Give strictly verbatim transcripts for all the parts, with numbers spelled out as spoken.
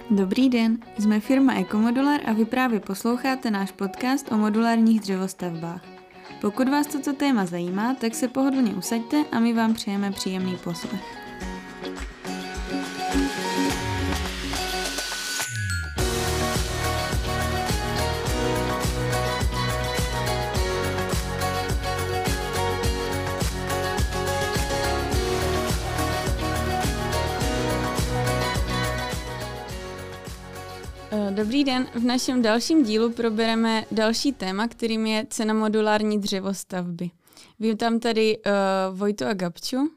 Dobrý den, jsme firma Ekomodular a vy právě posloucháte náš podcast o modulárních dřevostavbách. Pokud vás toto téma zajímá, tak se pohodlně usaďte a my vám přejeme příjemný poslech. Dobrý den, v našem dalším dílu probereme další téma, kterým je cena modulární dřevostavby. Vítám tady uh, Vojtu a Gabču.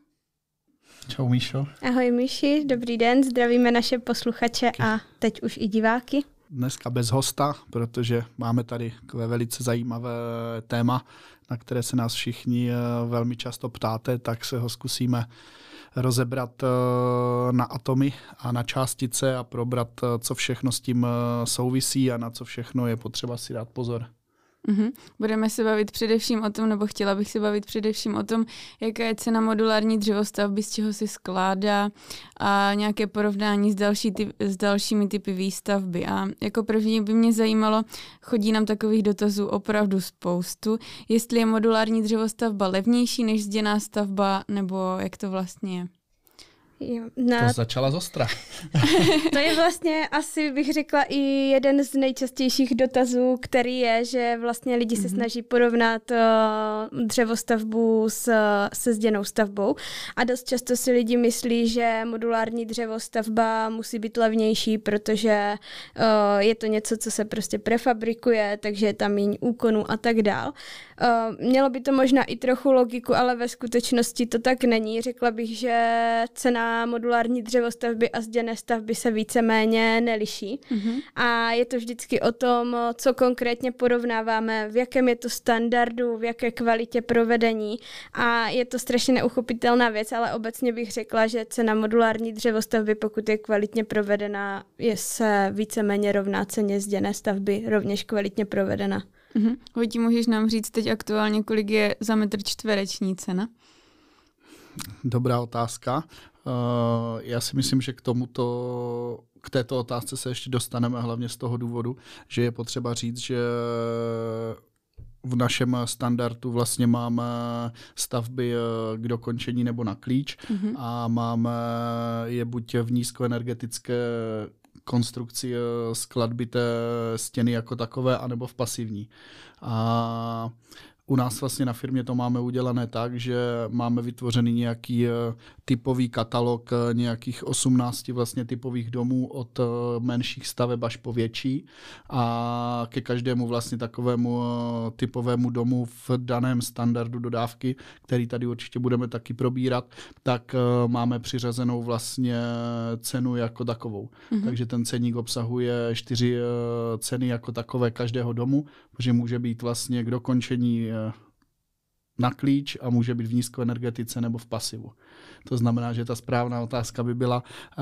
Čau Míšo. Ahoj Míši, dobrý den, zdravíme naše posluchače a teď už i diváky. Dneska bez hosta, protože máme tady takové velice zajímavé téma, na které se nás všichni velmi často ptáte, tak se ho zkusíme rozebrat na atomy a na částice a probrat, co všechno s tím souvisí a na co všechno je potřeba si dát pozor. Uhum. Budeme se bavit především o tom, nebo chtěla bych se bavit především o tom, jaká je cena modulární dřevostavby, z čeho se skládá a nějaké porovnání s, další typ, s dalšími typy výstavby. A jako první by mě zajímalo, chodí nám takových dotazů opravdu spoustu, jestli je modulární dřevostavba levnější než zděná stavba, nebo jak to vlastně je. Jo, na... To začala zostra. To je vlastně asi, bych řekla, i jeden z nejčastějších dotazů, který je, že vlastně lidi se snaží porovnat uh, dřevostavbu s, se zděnou stavbou a dost často si lidi myslí, že modulární dřevostavba musí být levnější, protože uh, je to něco, co se prostě prefabrikuje, takže je tam méně úkonů a tak dál. Uh, mělo by to možná i trochu logiku, ale ve skutečnosti to tak není. Řekla bych, že cena modulární dřevostavby a zděné stavby se víceméně neliší. Mm-hmm. A je to vždycky o tom, co konkrétně porovnáváme, v jakém je to standardu, v jaké kvalitě provedení. A je to strašně neuchopitelná věc, ale obecně bych řekla, že cena modulární dřevostavby, pokud je kvalitně provedená, je se víceméně rovná ceně zděné stavby, rovněž kvalitně provedena. Mm-hmm. Vojti, můžeš nám říct teď aktuálně, kolik je za metr čtvereční cena? Dobrá otázka. Uh, já si myslím, že k tomuto, k této otázce se ještě dostaneme hlavně z toho důvodu, že je potřeba říct, že v našem standardu vlastně máme stavby k dokončení nebo na klíč mm-hmm. a máme je buď v nízkoenergetické konstrukci skladby té stěny jako takové, anebo v pasivní. A u nás vlastně na firmě to máme udělané tak, že máme vytvořený nějaký typový katalog nějakých osmnácti vlastně typových domů od menších staveb až po větší a ke každému vlastně takovému typovému domu v daném standardu dodávky, který tady určitě budeme taky probírat, tak máme přiřazenou vlastně cenu jako takovou. Mm-hmm. Takže ten ceník obsahuje čtyři ceny jako takové každého domu, protože může být vlastně k dokončení na klíč a může být v nízkoenergetice nebo v pasivu. To znamená, že ta správná otázka by byla, uh,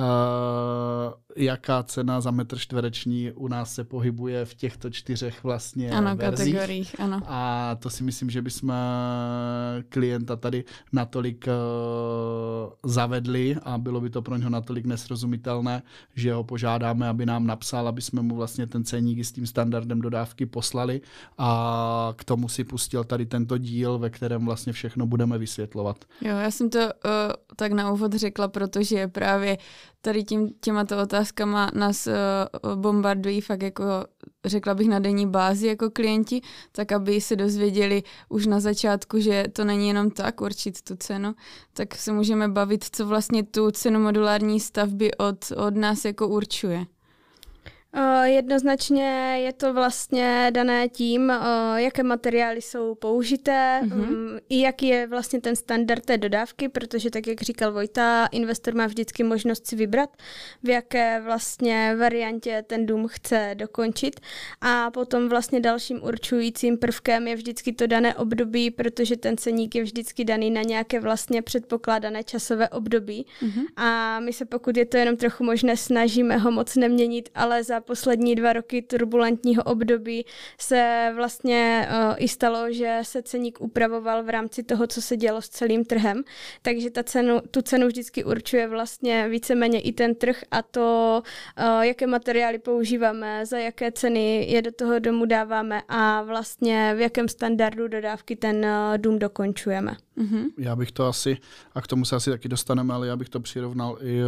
jaká cena za metr čtvereční u nás se pohybuje v těchto čtyřech vlastně ano, verzích. kategoriích. Ano. A to si myslím, že bychom klienta tady natolik uh, zavedli a bylo by to pro něho natolik nesrozumitelné, že ho požádáme, aby nám napsal, aby jsme mu vlastně ten ceník s tím standardem dodávky poslali a k tomu si pustil tady tento díl, ve kterém vlastně všechno budeme vysvětlovat. Jo, já jsem to uh, tak na úvod řekla, protože právě tady tím, těmato otázkama nás uh, bombardují fakt jako, řekla bych, na denní bázi jako klienti, tak aby se dozvěděli už na začátku, že to není jenom tak určit tu cenu, tak se můžeme bavit, co vlastně tu cenu modulární stavby od, od nás jako určuje. Uh, jednoznačně je to vlastně dané tím, uh, jaké materiály jsou použité, mm-hmm. um, i jaký je vlastně ten standard té dodávky, protože tak, jak říkal Vojta, investor má vždycky možnost si vybrat, v jaké vlastně variantě ten dům chce dokončit a potom vlastně dalším určujícím prvkem je vždycky to dané období, protože ten ceník je vždycky daný na nějaké vlastně předpokládané časové období mm-hmm. a my se, pokud je to jenom trochu možné, snažíme ho moc neměnit, ale za poslední dva roky turbulentního období se vlastně uh, i stalo, že se ceník upravoval v rámci toho, co se dělo s celým trhem, takže ta cenu, tu cenu vždycky určuje vlastně víceméně i ten trh a to, uh, jaké materiály používáme, za jaké ceny je do toho domu dáváme a vlastně v jakém standardu dodávky ten uh, dům dokončujeme. Mm-hmm. Já bych to asi, a k tomu se asi taky dostaneme, ale já bych to přirovnal i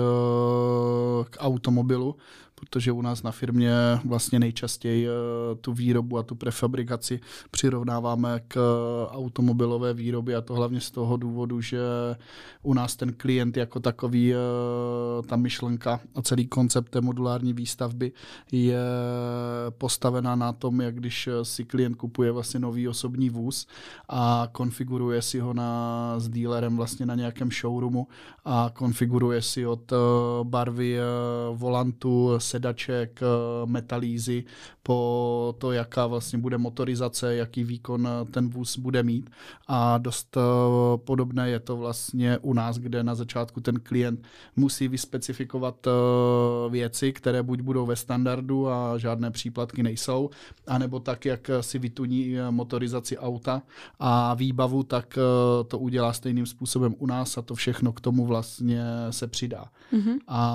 uh, k automobilu, protože u nás na firmě vlastně nejčastěji tu výrobu a tu prefabrikaci přirovnáváme k automobilové výrobě a to hlavně z toho důvodu, že u nás ten klient jako takový, ta myšlenka a celý koncept té modulární výstavby je postavená na tom, jak když si klient kupuje vlastně nový osobní vůz a konfiguruje si ho na, s dealerem vlastně na nějakém showroomu a konfiguruje si od barvy volantu, sedaček, metalízy, po to, jaká vlastně bude motorizace, jaký výkon ten vůz bude mít. A dost podobné je to vlastně u nás, kde na začátku ten klient musí vyspecifikovat věci, které buď budou ve standardu a žádné příplatky nejsou, anebo tak, jak si vytuní motorizaci auta a výbavu, tak to udělá stejným způsobem u nás a to všechno k tomu vlastně se přidá. Mm-hmm.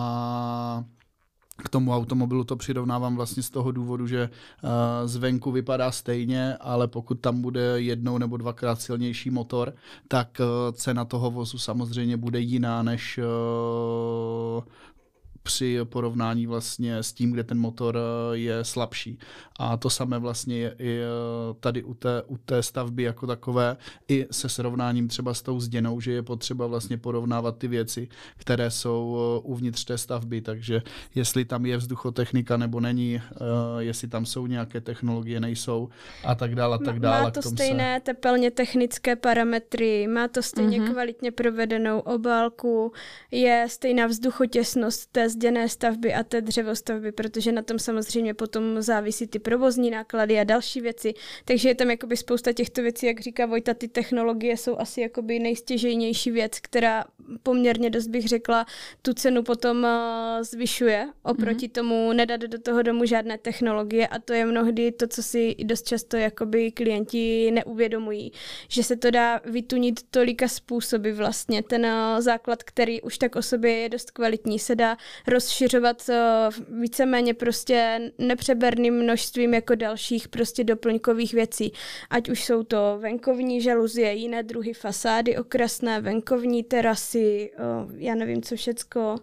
A k tomu automobilu to přirovnávám vlastně z toho důvodu, že uh, zvenku vypadá stejně, ale pokud tam bude jednou nebo dvakrát silnější motor, tak uh, cena toho vozu samozřejmě bude jiná než uh, při porovnání vlastně s tím, kde ten motor je slabší. A to samé vlastně je i tady u té, u té stavby jako takové, i se srovnáním třeba s tou zděnou, že je potřeba vlastně porovnávat ty věci, které jsou uvnitř té stavby, takže jestli tam je vzduchotechnika nebo není, jestli tam jsou nějaké technologie, nejsou a tak dále a tak dále. Má to stejné se... tepelně technické parametry, má to stejně mm-hmm. kvalitně provedenou obálku, je stejná vzduchotěsnost té zděné stavby a té dřevostavby, protože na tom samozřejmě potom závisí ty provozní náklady a další věci. Takže je tam jakoby spousta těchto věcí, jak říká Vojta, ty technologie jsou asi jakoby nejstěžejnější věc, která poměrně dost bych řekla, tu cenu potom zvyšuje. Oproti mm-hmm. tomu nedat do toho domu žádné technologie a to je mnohdy to, co si dost často jakoby klienti neuvědomují, že se to dá vytunit tolika způsoby vlastně. Ten základ, který už tak o sobě je dost kvalitní, se dá rozšiřovat víceméně prostě nepřeberným množstvím jako dalších prostě doplňkových věcí. Ať už jsou to venkovní žaluzie, jiné druhy fasády okrasné, venkovní terasy, já nevím co všecko,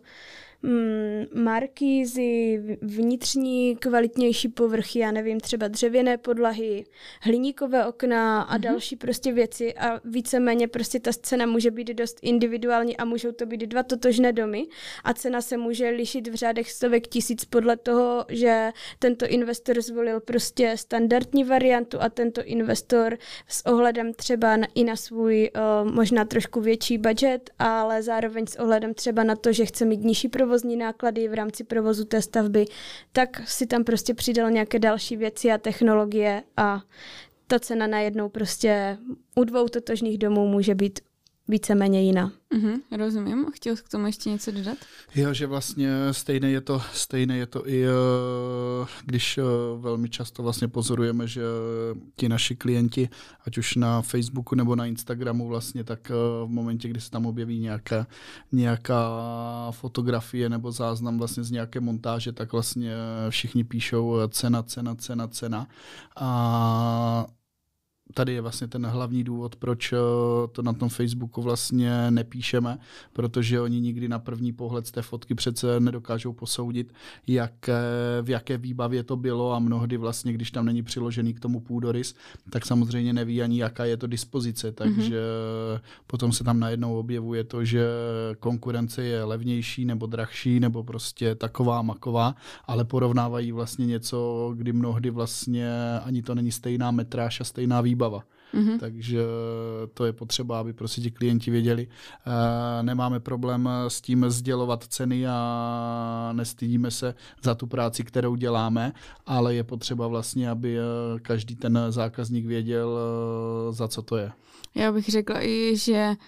markízy, vnitřní kvalitnější povrchy, já nevím, třeba dřevěné podlahy, hliníkové okna a mm-hmm. další prostě věci a víceméně prostě ta cena může být dost individuální a můžou to být dva totožné domy a cena se může lišit v řádech stovek tisíc podle toho, že tento investor zvolil prostě standardní variantu a tento investor s ohledem třeba na, i na svůj uh, možná trošku větší budget, ale zároveň s ohledem třeba na to, že chce mít nižší provozní náklady v rámci provozu té stavby, tak si tam prostě přidal nějaké další věci a technologie a ta cena najednou prostě u dvou totožných domů může být víceméně jiná. Mm-hmm, rozumím. Chtěl jsi k tomu ještě něco dodat? Jo, že vlastně stejné je to, stejné je to i když velmi často vlastně pozorujeme, že ti naši klienti, ať už na Facebooku nebo na Instagramu vlastně, tak v momentě, kdy se tam objeví nějaká, nějaká fotografie nebo záznam vlastně z nějaké montáže, tak vlastně všichni píšou cena, cena, cena, cena a tady je vlastně ten hlavní důvod, proč to na tom Facebooku vlastně nepíšeme, protože oni nikdy na první pohled z té fotky přece nedokážou posoudit, jak, v jaké výbavě to bylo a mnohdy vlastně, když tam není přiložený k tomu půdorys, tak samozřejmě neví ani, jaká je to dispozice, takže mm-hmm. potom se tam najednou objevuje to, že konkurence je levnější nebo drahší nebo prostě taková maková, ale porovnávají vlastně něco, kdy mnohdy vlastně ani to není stejná metráž a stejná výbava. Mm-hmm. Takže to je potřeba, aby prostě ti klienti věděli. E, nemáme problém s tím sdělovat ceny a nestydíme se za tu práci, kterou děláme, ale je potřeba vlastně, aby každý ten zákazník věděl, za co to je. Já bych řekla i, že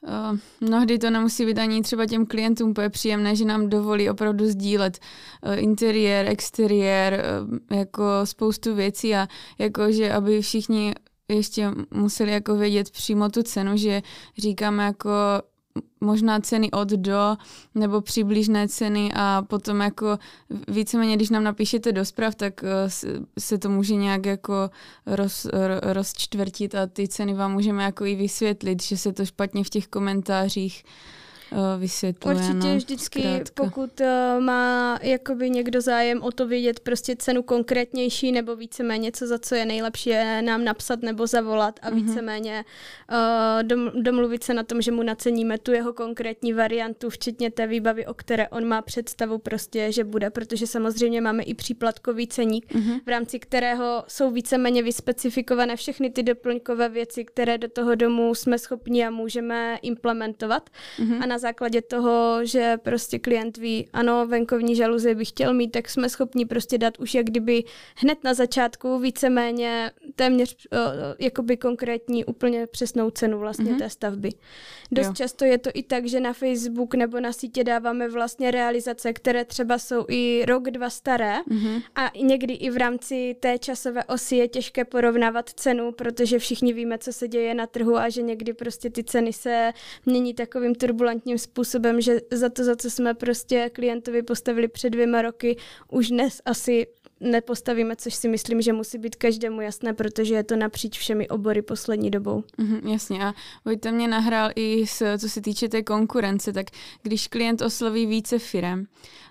Uh, mnohdy to nemusí být ani třeba těm klientům úplně příjemné, že nám dovolí opravdu sdílet uh, interiér, exteriér, uh, jako spoustu věcí a jako, že aby všichni ještě museli jako vědět přímo tu cenu, že říkáme jako možná ceny od do, nebo přibližné ceny a potom jako víceméně, když nám napíšete do zpráv, tak se to může nějak jako roz, rozčtvrtit a ty ceny vám můžeme jako i vysvětlit, že se to špatně v těch komentářích vysvětluje. Určitě no, vždycky, zkrátka. pokud uh, má jakoby někdo zájem o to vědět prostě cenu konkrétnější nebo víceméně co za co je nejlepší, je nám napsat nebo zavolat a mm-hmm. víceméně uh, dom, domluvit se na tom, že mu naceníme tu jeho konkrétní variantu, včetně té výbavy, o které on má představu prostě, že bude, protože samozřejmě máme i příplatkový ceník, mm-hmm. v rámci kterého jsou víceméně vyspecifikované všechny ty doplňkové věci, které do toho domu jsme schopni a můžeme implementovat. Mm-hmm. A na základě toho, že prostě klient ví, ano, venkovní žaluzie bych chtěl mít, tak jsme schopni prostě dát už jak kdyby hned na začátku víceméně téměř uh, jakoby konkrétní úplně přesnou cenu vlastně mm-hmm. té stavby. Dost jo. často je to i tak, že na Facebook nebo na sítě dáváme vlastně realizace, které třeba jsou i rok, dva staré mm-hmm. a někdy i v rámci té časové osy je těžké porovnávat cenu, protože všichni víme, co se děje na trhu a že někdy prostě ty ceny se mění takovým turbulentním způsobem, že za to, za co jsme prostě klientovi postavili před dvěma roky, už dnes asi nepostavíme, což si myslím, že musí být každému jasné, protože je to napříč všemi obory poslední dobou. Mm, jasně a Vojta mě nahrál i s, co se týče té konkurence, tak když klient osloví více firem,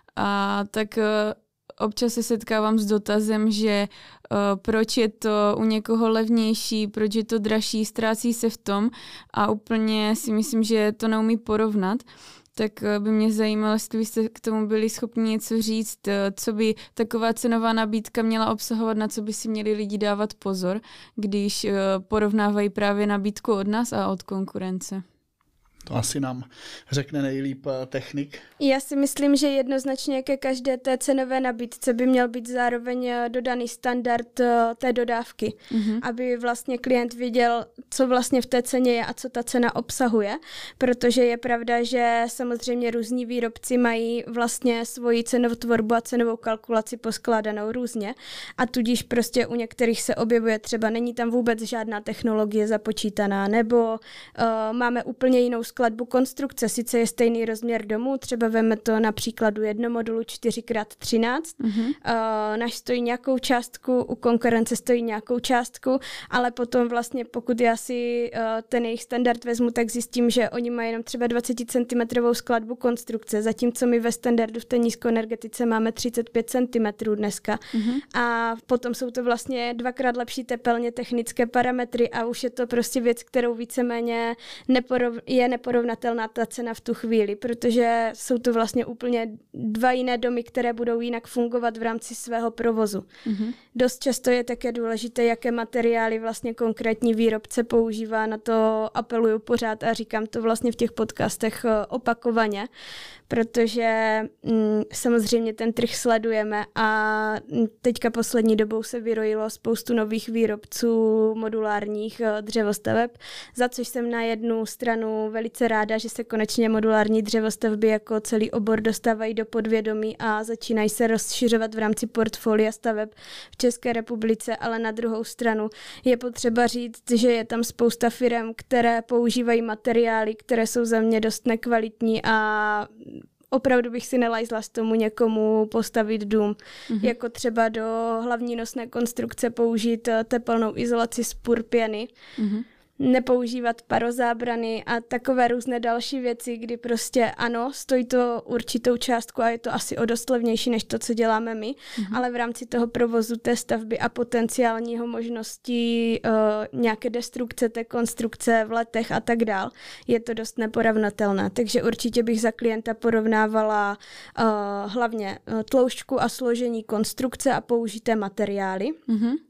a tak občas se setkávám s dotazem, že uh, proč je to u někoho levnější, proč je to dražší, ztrácí se v tom a úplně si myslím, že to neumí porovnat. Tak by mě zajímalo, jestli byste k tomu byli schopni něco říct, co by taková cenová nabídka měla obsahovat, na co by si měli lidi dávat pozor, když porovnávají právě nabídku od nás a od konkurence. To asi nám řekne nejlíp technik. Já si myslím, že jednoznačně ke každé té cenové nabídce by měl být zároveň dodaný standard té dodávky, mm-hmm. aby vlastně klient viděl, co vlastně v té ceně je a co ta cena obsahuje, protože je pravda, že samozřejmě různí výrobci mají vlastně svoji cenovotvorbu a cenovou kalkulaci poskládanou různě a tudíž prostě u některých se objevuje třeba není tam vůbec žádná technologie započítaná, nebo uh, máme úplně jinou skladbu konstrukce, sice je stejný rozměr domu, třeba veme to na příkladu jednomodulu čtyři krát třináct, mm-hmm. uh, náš stojí nějakou částku, u konkurence stojí nějakou částku, ale potom vlastně pokud já si uh, ten jejich standard vezmu, tak zjistím, že oni mají jenom třeba dvacet centimetrů skladbu konstrukce, zatímco my ve standardu v té nízkoenergetice máme třicet pět centimetrů dneska. Mm-hmm. A potom jsou to vlastně dvakrát lepší tepelně technické parametry a už je to prostě věc, kterou víceméně neporov, je neporovnatelná ta cena v tu chvíli, protože jsou to vlastně úplně dva jiné domy, které budou jinak fungovat v rámci svého provozu. Mm-hmm. Dost často je také důležité, jaké materiály vlastně konkrétní výrobce používá, na to apeluju pořád a říkám to vlastně v těch podcastech opakovaně, protože mm, samozřejmě ten trh sledujeme a teďka poslední dobou se vyrojilo spoustu nových výrobců modulárních dřevostaveb, za což jsem na jednu stranu velice ráda, že se konečně modulární dřevostavby jako celý obor dostávají do podvědomí a začínají se rozšiřovat v rámci portfolia staveb v České republice, ale na druhou stranu je potřeba říct, že je tam spousta firem, které používají materiály, které jsou za mě dost nekvalitní a opravdu bych si nelajzla z tomu někomu postavit dům. Mm-hmm. Jako třeba do hlavní nosné konstrukce použít tepelnou izolaci z purpěny. Mm-hmm. Nepoužívat parozábrany a takové různé další věci, kdy prostě ano, stojí to určitou částku a je to asi o dost levnější než to, co děláme my, mm-hmm. ale v rámci toho provozu té stavby a potenciálního možností uh, nějaké destrukce té konstrukce v letech a tak dál, je to dost neporovnatelné. Takže určitě bych za klienta porovnávala uh, hlavně uh, tloušťku a složení konstrukce a použité materiály. Mm-hmm.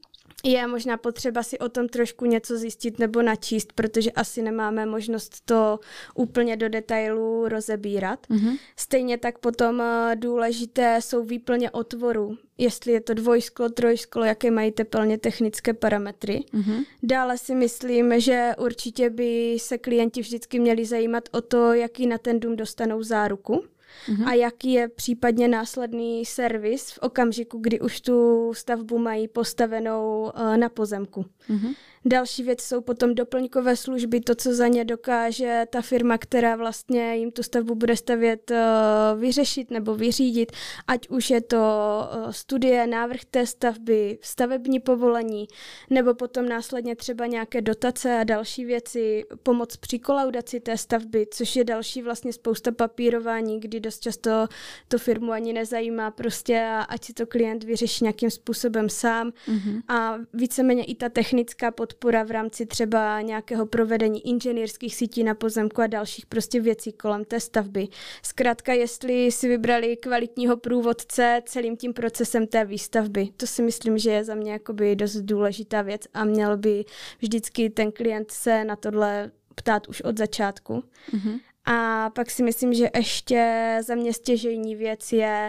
je možná potřeba si o tom trošku něco zjistit nebo načíst, protože asi nemáme možnost to úplně do detailu rozebírat. Mm-hmm. Stejně tak potom důležité jsou výplně otvorů, jestli je to dvojsklo, trojsklo, jaké mají tepelně technické parametry. Mm-hmm. Dále si myslím, že určitě by se klienti vždycky měli zajímat o to, jaký na ten dům dostanou záruku. Uhum. A jaký je případně následný servis v okamžiku, kdy už tu stavbu mají postavenou uh, na pozemku. Uhum. Další věc jsou potom doplňkové služby, to, co za ně dokáže ta firma, která vlastně jim tu stavbu bude stavět, uh, vyřešit nebo vyřídit, ať už je to uh, studie, návrh té stavby, stavební povolení, nebo potom následně třeba nějaké dotace a další věci, pomoc při kolaudaci té stavby, což je další vlastně spousta papírování, kdy dost často to firmu ani nezajímá prostě a ať si to klient vyřeší nějakým způsobem sám. Mm-hmm. A víceméně i ta technická podpora v rámci třeba nějakého provedení inženýrských sítí na pozemku a dalších prostě věcí kolem té stavby. Zkrátka, jestli si vybrali kvalitního průvodce celým tím procesem té výstavby. To si myslím, že je za mě jakoby dost důležitá věc a měl by vždycky ten klient se na tohle ptát už od začátku. Mm-hmm. A pak si myslím, že ještě za mě stěžejní věc je,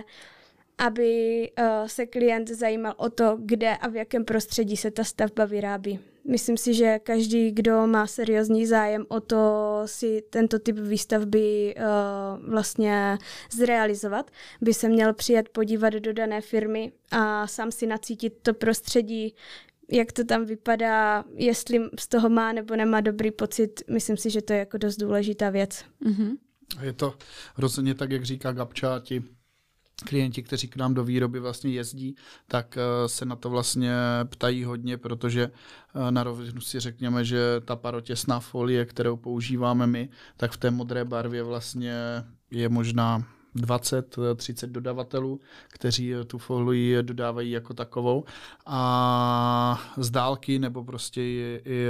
aby uh, se klient zajímal o to, kde a v jakém prostředí se ta stavba vyrábí. Myslím si, že každý, kdo má seriózní zájem o to si tento typ výstavby uh, vlastně zrealizovat, by se měl přijet podívat do dané firmy a sám si nacítit to prostředí, jak to tam vypadá, jestli z toho má nebo nemá dobrý pocit. Myslím si, že to je jako dost důležitá věc. Mm-hmm. Je to rozhodně tak, jak říká Gabča, ti klienti, kteří k nám do výroby vlastně jezdí, tak se na to vlastně ptají hodně, protože na rovinu si řekněme, že ta parotěsná folie, kterou používáme my, tak v té modré barvě vlastně je možná dvacet třicet dodavatelů, kteří tu folii dodávají jako takovou a z dálky nebo prostě i, i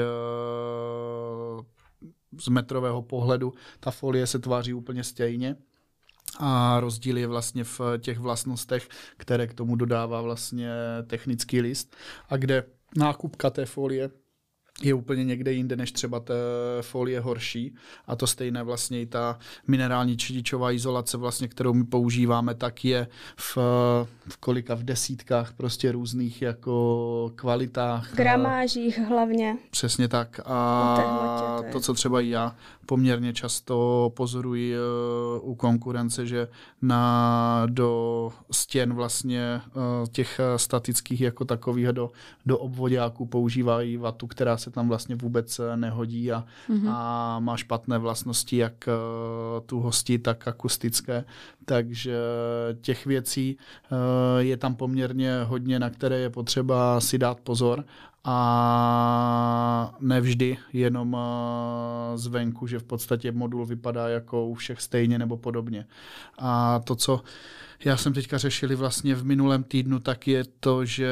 z metrového pohledu ta folie se tváří úplně stejně. A rozdíl je vlastně v těch vlastnostech, které k tomu dodává vlastně technický list a kde nákupka té folie je úplně někde jinde, než třeba té folie horší. A to stejné vlastně i ta minerální čedičová izolace, vlastně, kterou my používáme, tak je v, v kolika, v desítkách prostě různých jako kvalitách. V gramážích hlavně. Přesně tak. A to, to, co třeba i já poměrně často pozoruji u konkurence, že na, do stěn vlastně těch statických jako takových do, do obvoďáků používají vatu, která se tam vlastně vůbec nehodí a, mm-hmm. a má špatné vlastnosti, jak tuhosti, tak akustické. Takže těch věcí je tam poměrně hodně, na které je potřeba si dát pozor. A nevždy jenom zvenku, že v podstatě modul vypadá jako u všech stejně nebo podobně. A to, co já jsem teďka řešili vlastně v minulém týdnu, tak je to, že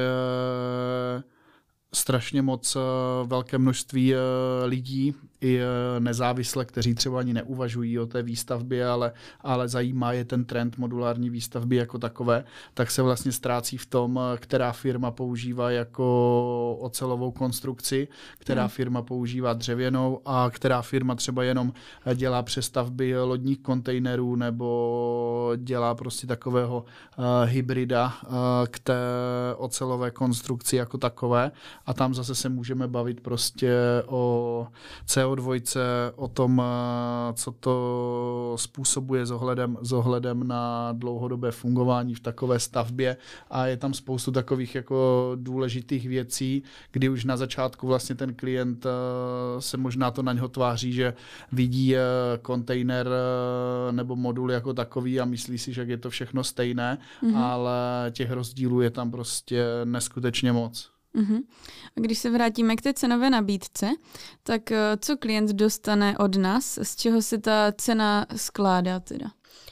strašně moc velké množství lidí, i nezávisle, kteří třeba ani neuvažují o té výstavbě, ale, ale zajímá je ten trend modulární výstavby jako takové, tak se vlastně ztrácí v tom, která firma používá jako ocelovou konstrukci, která hmm. firma používá dřevěnou a která firma třeba jenom dělá přestavby lodních kontejnerů nebo dělá prostě takového uh, hybrida uh, k té ocelové konstrukci jako takové. A tam zase se můžeme bavit prostě o C O dva, o tom, co to způsobuje s ohledem, s ohledem na dlouhodobé fungování v takové stavbě. A je tam spoustu takových jako důležitých věcí, kdy už na začátku vlastně ten klient se možná to na něho tváří, že vidí kontejner nebo modul jako takový a myslí si, že je to všechno stejné, mm-hmm. ale těch rozdílů je tam prostě neskutečně moc. Uhum. A když se vrátíme k té cenové nabídce, tak co klient dostane od nás, z čeho se ta cena skládá teda?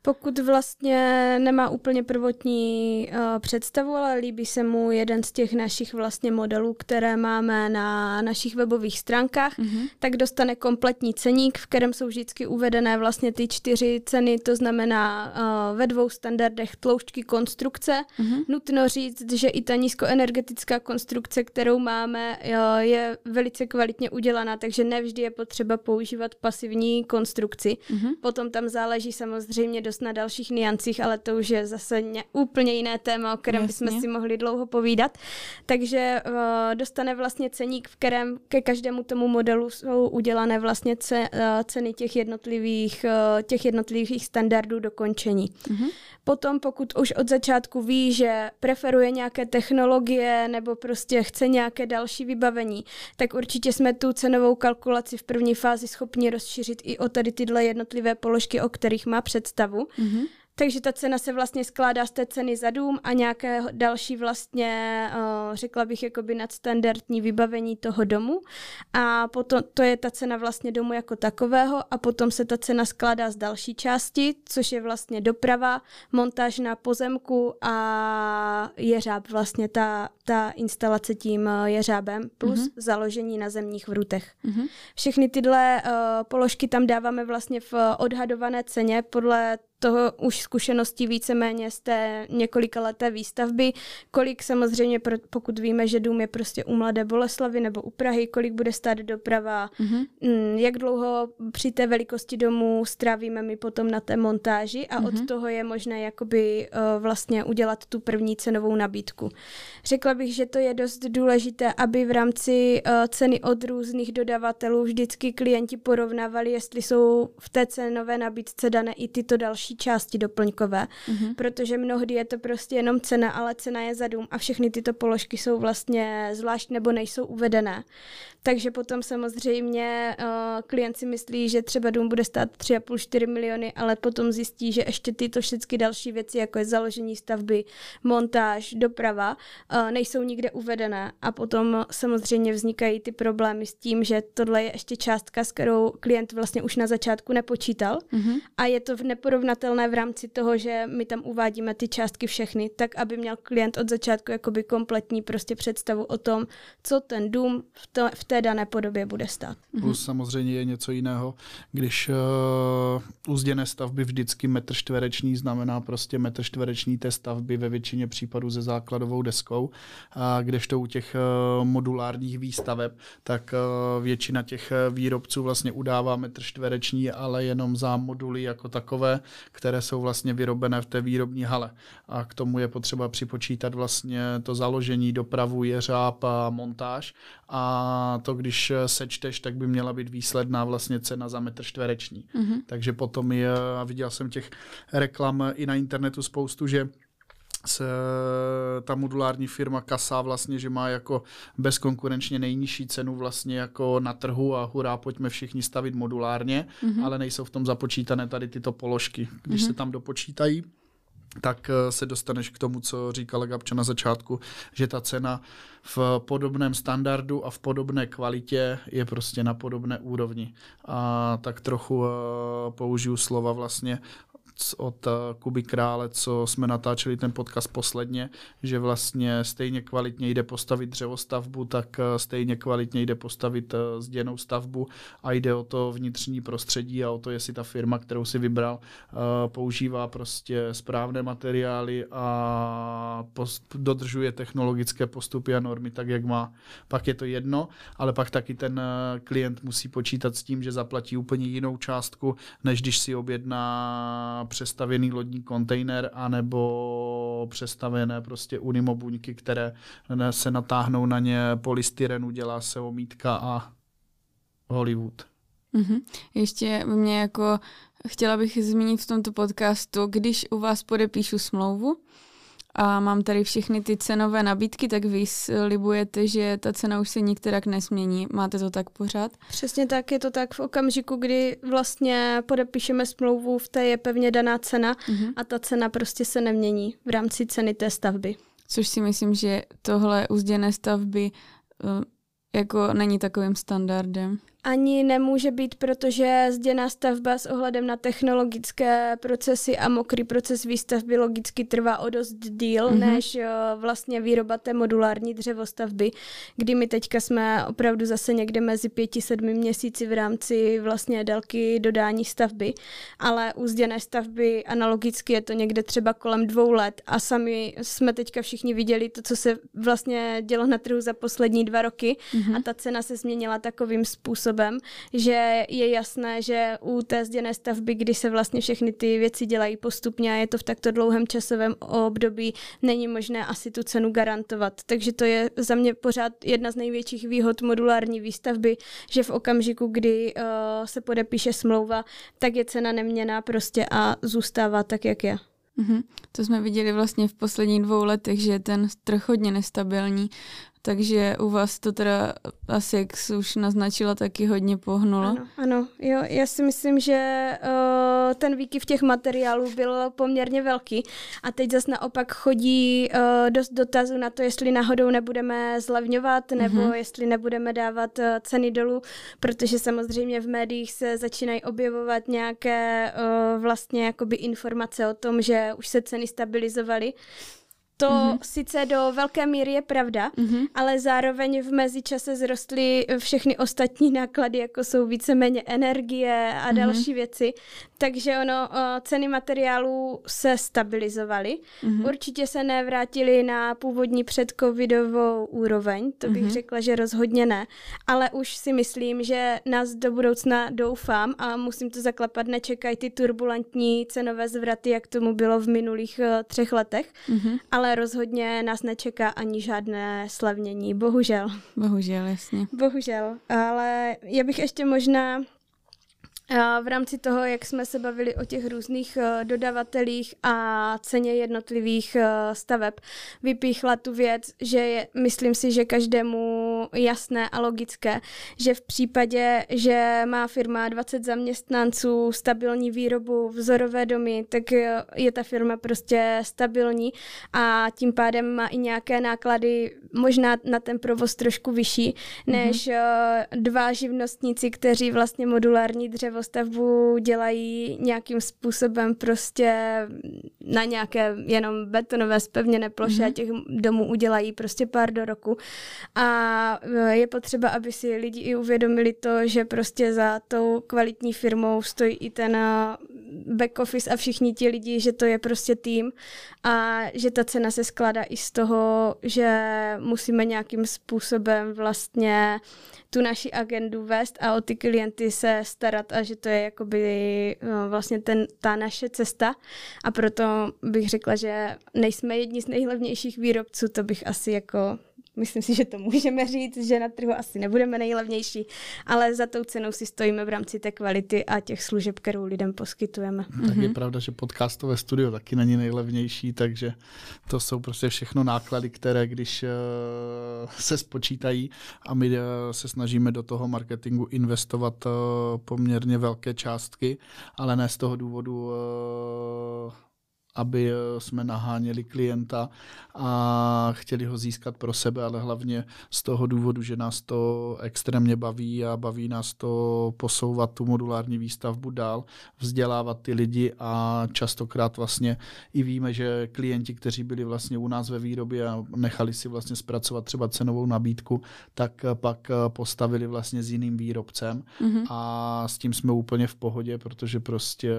Pokud vlastně nemá úplně prvotní uh, představu, ale líbí se mu jeden z těch našich vlastně modelů, které máme na našich webových stránkách, mm-hmm. tak dostane kompletní ceník, v kterém jsou vždycky uvedené vlastně ty čtyři ceny, to znamená uh, ve dvou standardech tloušťky konstrukce. Mm-hmm. Nutno říct, že i ta nízkoenergetická konstrukce, kterou máme, uh, je velice kvalitně udělaná, takže nevždy je potřeba používat pasivní konstrukci. Mm-hmm. Potom tam záleží samozřejmě dost na dalších niancích, ale to už je zase ně, úplně jiné téma, o kterém Jasně. bychom si mohli dlouho povídat. Takže uh, dostane vlastně ceník, v kterém ke každému tomu modelu jsou udělané vlastně ce, uh, ceny těch jednotlivých, uh, těch jednotlivých standardů dokončení. Mm-hmm. Potom, pokud už od začátku ví, že preferuje nějaké technologie nebo prostě chce nějaké další vybavení, tak určitě jsme tu cenovou kalkulaci v první fázi schopni rozšířit i o tady tyhle jednotlivé položky, o kterých má představu. Mm-hmm. Takže ta cena se vlastně skládá z té ceny za dům a nějaké další vlastně, řekla bych, jakoby nadstandardní vybavení toho domu. A potom to je ta cena vlastně domu jako takového a potom se ta cena skládá z další části, což je vlastně doprava, montáž na pozemku a jeřáb, vlastně ta, ta instalace tím jeřábem plus mm-hmm. založení na zemních vrutech. Mm-hmm. Všechny tyhle uh, položky tam dáváme vlastně v odhadované ceně podle toho už zkušeností víceméně z té několikaleté výstavby, kolik samozřejmě, pokud víme, že dům je prostě u Mladé Boleslavi nebo u Prahy, kolik bude stát doprava, mm-hmm. jak dlouho při té velikosti domu strávíme my potom na té montáži a mm-hmm. od toho je možné jakoby uh, vlastně udělat tu první cenovou nabídku. Řekla bych, že to je dost důležité, aby v rámci uh, ceny od různých dodavatelů vždycky klienti porovnávali, jestli jsou v té cenové nabídce dané i tyto další části doplňkové, mm-hmm. protože mnohdy je to prostě jenom cena, ale cena je za dům a všechny tyto položky jsou vlastně zvlášť nebo nejsou uvedené. Takže potom samozřejmě uh, klient si myslí, že třeba dům bude stát tři a půl čtyři miliony, ale potom zjistí, že ještě tyto všechny další věci, jako je založení stavby, montáž, doprava, uh, nejsou nikde uvedené a potom samozřejmě vznikají ty problémy s tím, že tohle je ještě částka, s kterou klient vlastně už na začátku nepočítal mm-hmm. a je to neporovnatelné v rámci toho, že my tam uvádíme ty částky všechny, tak aby měl klient od začátku jakoby kompletní prostě představu o tom, co ten dům v, to, v té dané podobě bude stát. Plus samozřejmě je něco jiného, když uh, uzděné stavby vždycky metr čtvereční znamená prostě metr čtvereční té stavby ve většině případů se základovou deskou, a kdežto u těch uh, modulárních výstaveb, tak uh, většina těch výrobců vlastně udává metr čtvereční, ale jenom za moduly jako takové, které jsou vlastně vyrobené v té výrobní hale. A k tomu je potřeba připočítat vlastně to založení, dopravu, jeřáb a montáž. A to, když sečteš, tak by měla být výsledná vlastně cena za metr čtvereční. Mm-hmm. Takže potom je, a viděl jsem těch reklam i na internetu spoustu, že se ta modulární firma kasá vlastně, že má jako bezkonkurenčně nejnižší cenu vlastně jako na trhu a hurá, pojďme všichni stavit modulárně, mm-hmm. ale nejsou v tom započítané tady tyto položky. Když mm-hmm. se tam dopočítají, tak se dostaneš k tomu, co říkala Gabča na začátku, že ta cena v podobném standardu a v podobné kvalitě je prostě na podobné úrovni. A tak trochu použiju slova vlastně od Kuby Krále, co jsme natáčeli ten podcast posledně, že vlastně stejně kvalitně jde postavit dřevostavbu, tak stejně kvalitně jde postavit zděnou stavbu a jde o to vnitřní prostředí a o to, jestli ta firma, kterou si vybral, používá prostě správné materiály a dodržuje technologické postupy a normy tak, jak má. Pak je to jedno, ale pak taky ten klient musí počítat s tím, že zaplatí úplně jinou částku, než když si objedná přestavěný lodní kontejner anebo přestavěné prostě Unimo buňky, které se natáhnou na ně polystyrenu, dělá se omítka a Hollywood. Mm-hmm. Ještě mě jako chtěla bych zmínit v tomto podcastu, když u vás podepíšu smlouvu a mám tady všechny ty cenové nabídky, tak vy slibujete, že ta cena už se nikterak nesmění. Máte to tak pořád? Přesně tak, je to tak v okamžiku, kdy vlastně podepíšeme smlouvu, v té je pevně daná cena mm-hmm. a ta cena prostě se nemění v rámci ceny té stavby. Což si myslím, že tohle uzděné stavby jako není takovým standardem. ani nemůže být, protože zděná stavba s ohledem na technologické procesy a mokrý proces výstavby logicky trvá o dost díl, mm-hmm. než vlastně výroba té modulární dřevostavby, kdy my teďka jsme opravdu zase někde mezi pěti, sedmi měsíci v rámci vlastně délky dodání stavby, ale u zděné stavby analogicky je to někde třeba kolem dvou let a sami jsme teďka všichni viděli to, co se vlastně dělo na trhu za poslední dva roky mm-hmm. a ta cena se změnila takovým způsobem, že je jasné, že u té zděné stavby, kdy se vlastně všechny ty věci dělají postupně a je to v takto dlouhém časovém období, není možné asi tu cenu garantovat. Takže to je za mě pořád jedna z největších výhod modulární výstavby, že v okamžiku, kdy uh, se podepíše smlouva, tak je cena neměnná prostě a zůstává tak, jak je. Mm-hmm. To jsme viděli vlastně v posledních dvou letech, že je ten trh hodně nestabilní, takže u vás to teda asi, jak jsi už naznačila, taky hodně pohnulo. Ano, ano. Jo, já si myslím, že uh, ten výkyv těch materiálů byl poměrně velký a teď zase naopak chodí uh, dost dotazů na to, jestli náhodou nebudeme zlevňovat nebo mm-hmm. jestli nebudeme dávat uh, ceny dolů, protože samozřejmě v médiích se začínají objevovat nějaké uh, vlastně jakoby informace o tom, že už se ceny stabilizovaly. To mm-hmm. sice do velké míry je pravda, mm-hmm. ale zároveň v mezičase zrostly všechny ostatní náklady, jako jsou víceméně energie a mm-hmm. další věci. Takže ono, ceny materiálů se stabilizovaly. Mm-hmm. Určitě se nevrátily na původní předcovidovou úroveň, to bych mm-hmm. řekla, že rozhodně ne. Ale už si myslím, že nás do budoucna doufám a musím to zaklapat, nečekají ty turbulentní cenové zvraty, jak tomu bylo v minulých uh, třech letech. Mm-hmm. Ale rozhodně nás nečeká ani žádné slevnění, bohužel. Bohužel, jasně. Bohužel, ale já bych ještě možná v rámci toho, jak jsme se bavili o těch různých dodavatelích a ceně jednotlivých staveb, vypíchla tu věc, že je, myslím si, že každému jasné a logické, že v případě, že má firma dvacet zaměstnanců, stabilní výrobu, vzorové domy, tak je ta firma prostě stabilní a tím pádem má i nějaké náklady možná na ten provoz trošku vyšší, než mm-hmm. dva živnostníci, kteří vlastně modulární dřevostavbu dělají nějakým způsobem prostě na nějaké jenom betonové zpevněné ploše mm-hmm. a těch domů udělají prostě pár do roku. A je potřeba, aby si lidi i uvědomili to, že prostě za tou kvalitní firmou stojí i ten back office a všichni ti lidi, že to je prostě tým a že ta cena se skládá i z toho, že musíme nějakým způsobem vlastně tu naši agendu vést a o ty klienty se starat a že to je jakoby no, vlastně ten, ta naše cesta a proto bych řekla, že nejsme jedni z nejlevnějších výrobců, to bych asi jako myslím si, že to můžeme říct, že na trhu asi nebudeme nejlevnější, ale za tou cenou si stojíme v rámci té kvality a těch služeb, kterou lidem poskytujeme. Tak mm-hmm. je pravda, že podcastové studio taky není nejlevnější, takže to jsou prostě všechno náklady, které když uh, se spočítají a my uh, se snažíme do toho marketingu investovat uh, poměrně velké částky, ale ne z toho důvodu uh, aby jsme naháněli klienta a chtěli ho získat pro sebe, ale hlavně z toho důvodu, že nás to extrémně baví a baví nás to posouvat tu modulární výstavbu dál, vzdělávat ty lidi a častokrát vlastně i víme, že klienti, kteří byli vlastně u nás ve výrobě a nechali si vlastně zpracovat třeba cenovou nabídku, tak pak postavili vlastně s jiným výrobcem mm-hmm. a s tím jsme úplně v pohodě, protože prostě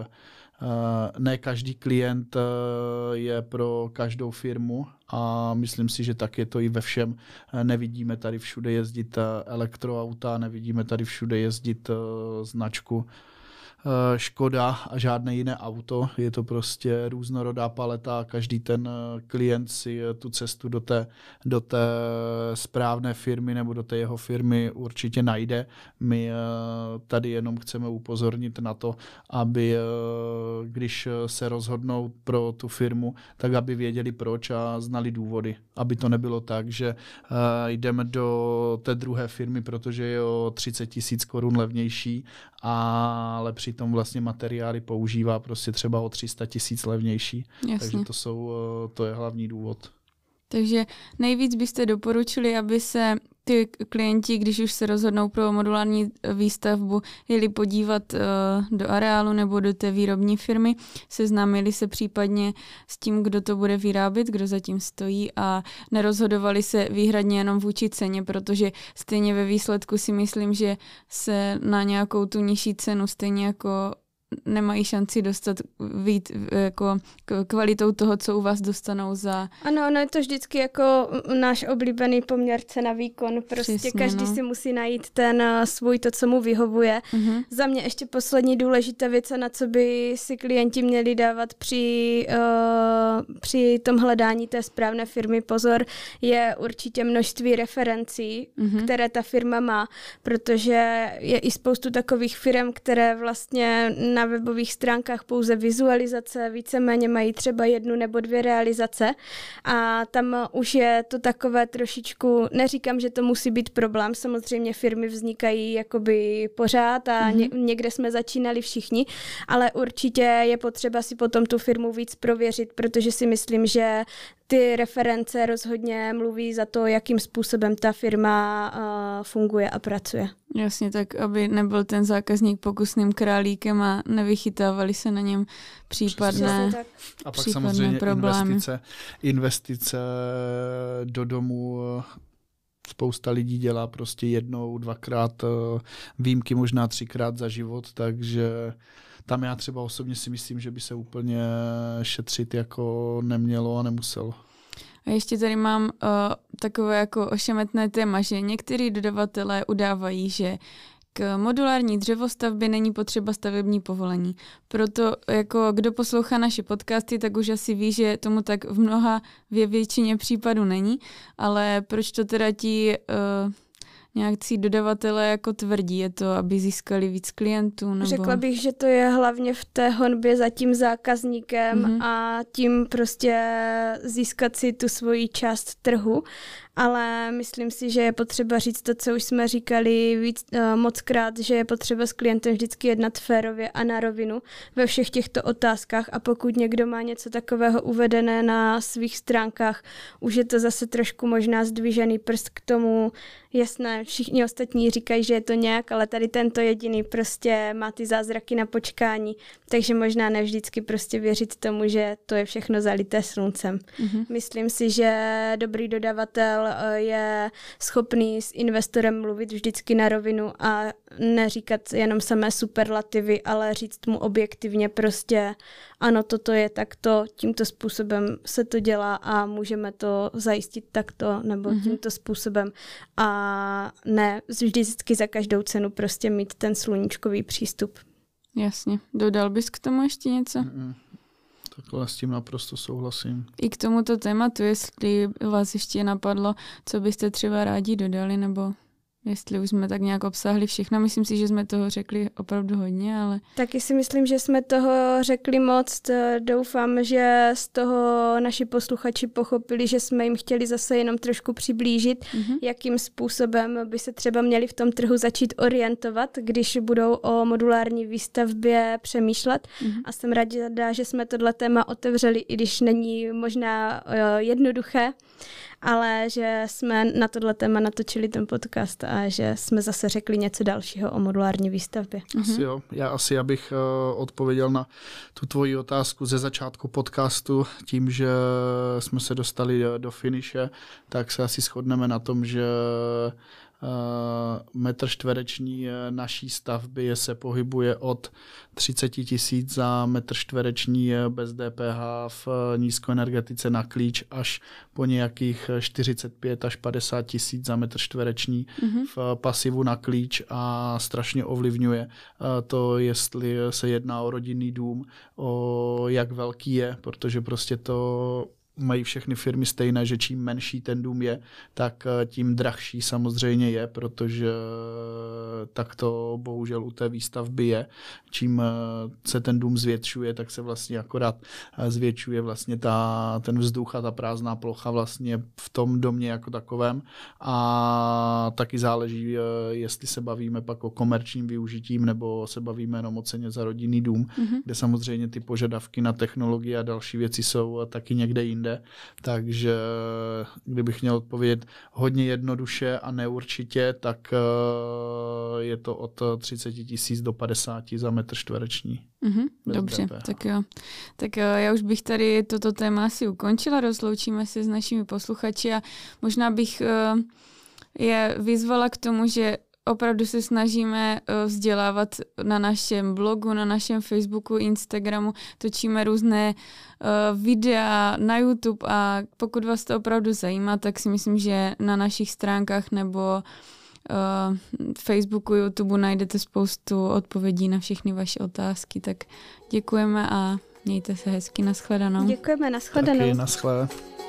ne každý klient je pro každou firmu a myslím si, že tak je to i ve všem. Nevidíme tady všude jezdit elektroauta, nevidíme tady všude jezdit značku Škoda a žádné jiné auto. Je to prostě různorodá paleta a každý ten klient si tu cestu do té, do té správné firmy nebo do té jeho firmy určitě najde. My tady jenom chceme upozornit na to, aby když se rozhodnou pro tu firmu, tak aby věděli proč a znali důvody. Aby to nebylo tak, že jdeme do té druhé firmy, protože je o třicet tisíc korun levnější, ale přitom vlastně materiály používá prostě třeba o tři sta tisíc levnější. Jasně. Takže to, jsou, to je hlavní důvod. Takže nejvíc byste doporučili, aby se ty klienti, když už se rozhodnou pro modulární výstavbu, jeli podívat uh, do areálu nebo do té výrobní firmy, seznámili se případně s tím, kdo to bude vyrábět, kdo zatím stojí a nerozhodovali se výhradně jenom vůči ceně, protože stejně ve výsledku si myslím, že se na nějakou tu nižší cenu stejně jako nemají šanci dostat víc jako kvalitou toho, co u vás dostanou za... Ano, ono je to vždycky jako náš oblíbený poměr cena výkon. Prostě Přesně, každý no. si musí najít ten svůj, to, co mu vyhovuje. Uh-huh. Za mě ještě poslední důležitá věc, na co by si klienti měli dávat při, uh, při tom hledání té správné firmy pozor, je určitě množství referencí, uh-huh. které ta firma má, protože je i spoustu takových firm, které vlastně na webových stránkách pouze vizualizace, víceméně mají třeba jednu nebo dvě realizace a tam už je to takové trošičku, neříkám, že to musí být problém, samozřejmě firmy vznikají jakoby pořád a mm-hmm. ně, někde jsme začínali všichni, ale určitě je potřeba si potom tu firmu víc prověřit, protože si myslím, že ty reference rozhodně mluví za to, jakým způsobem ta firma uh, funguje a pracuje. Jasně, tak aby nebyl ten zákazník pokusným králíkem a nevychytávali se na něm případné, a pak případné samozřejmě problémy. Investice, investice do domu. Spousta lidí dělá prostě jednou, dvakrát, výjimky možná třikrát za život, takže tam já třeba osobně si myslím, že by se úplně šetřit jako nemělo a nemuselo. A ještě tady mám uh, takové jako ošemetné téma, že některý dodavatelé udávají, že k modulární dřevostavbě není potřeba stavební povolení. Proto jako kdo poslouchá naše podcasty, tak už asi ví, že tomu tak v mnoha ve většině případů není, ale proč to teda ti uh, nějakcí dodavatelé jako tvrdí? Je to, aby získali víc klientů? Nebo... Řekla bych, že to je hlavně v té honbě za tím zákazníkem mm-hmm. a tím prostě získat si tu svoji část trhu. Ale myslím si, že je potřeba říct to, co už jsme říkali víc, uh, mockrát, že je potřeba s klientem vždycky jednat férově a na rovinu ve všech těchto otázkách a pokud někdo má něco takového uvedené na svých stránkách, už je to zase trošku možná zdvižený prst k tomu, jasné, všichni ostatní říkají, že je to nějak, ale tady tento jediný prostě má ty zázraky na počkání, takže možná ne vždycky prostě věřit tomu, že to je všechno zalité sluncem. Mm-hmm. Myslím si, že dobrý dodavatel je schopný s investorem mluvit vždycky na rovinu a neříkat jenom samé superlativy, ale říct mu objektivně prostě ano, toto je takto, tímto způsobem se to dělá a můžeme to zajistit takto nebo mm-hmm. tímto způsobem a ne vždycky za každou cenu prostě mít ten sluníčkový přístup. Jasně. Dodal bys k tomu ještě něco? Mm-mm. Takhle s tím naprosto souhlasím. I k tomuto tématu, jestli vás ještě napadlo, co byste třeba rádi dodali, nebo jestli už jsme tak nějak obsáhli všechno. Myslím si, že jsme toho řekli opravdu hodně, ale... Taky si myslím, že jsme toho řekli moc. Doufám, že z toho naši posluchači pochopili, že jsme jim chtěli zase jenom trošku přiblížit, mm-hmm. jakým způsobem by se třeba měli v tom trhu začít orientovat, když budou o modulární výstavbě přemýšlet. Mm-hmm. A jsem ráda, že jsme tohle téma otevřeli, i když není možná uh, jednoduché, ale že jsme na tohle téma natočili ten podcast a že jsme zase řekli něco dalšího o modulární výstavbě. Asi jo. Já asi abych uh, odpověděl na tu tvoji otázku ze začátku podcastu tím, že jsme se dostali do, do finiše, tak se asi shodneme na tom, že Uh, metr čtvereční naší stavby se pohybuje od třicet tisíc za metr čtvereční bez D P H v nízkoenergetice na klíč až po nějakých čtyřicet pět až padesát tisíc za metr čtvereční mm-hmm. v pasivu na klíč a strašně ovlivňuje uh, to, jestli se jedná o rodinný dům, o jak velký je, protože prostě to mají všechny firmy stejné, že čím menší ten dům je, tak tím drahší samozřejmě je, protože tak to bohužel u té výstavby je. Čím se ten dům zvětšuje, tak se vlastně akorát zvětšuje vlastně ta, ten vzduch a ta prázdná plocha vlastně v tom domě jako takovém. A taky záleží, jestli se bavíme pak o komerčním využitím nebo se bavíme jenom o ceně za rodinný dům, mm-hmm. kde samozřejmě ty požadavky na technologie a další věci jsou taky někde jinde. nejde. Takže kdybych měl odpovědět hodně jednoduše a neurčitě, tak je to od třicet tisíc do padesát za metr čtvereční. Mm-hmm, dobře, D P H. Tak jo. Tak jo, já už bych tady toto téma asi ukončila, rozloučíme se s našimi posluchači a možná bych je vyzvala k tomu, že opravdu se snažíme vzdělávat na našem blogu, na našem Facebooku, Instagramu, točíme různé uh, videa na YouTube a pokud vás to opravdu zajímá, tak si myslím, že na našich stránkách nebo uh, Facebooku, YouTube najdete spoustu odpovědí na všechny vaše otázky, tak děkujeme a mějte se hezky, nashledanou. Děkujeme, nashledanou. Taky, naschle.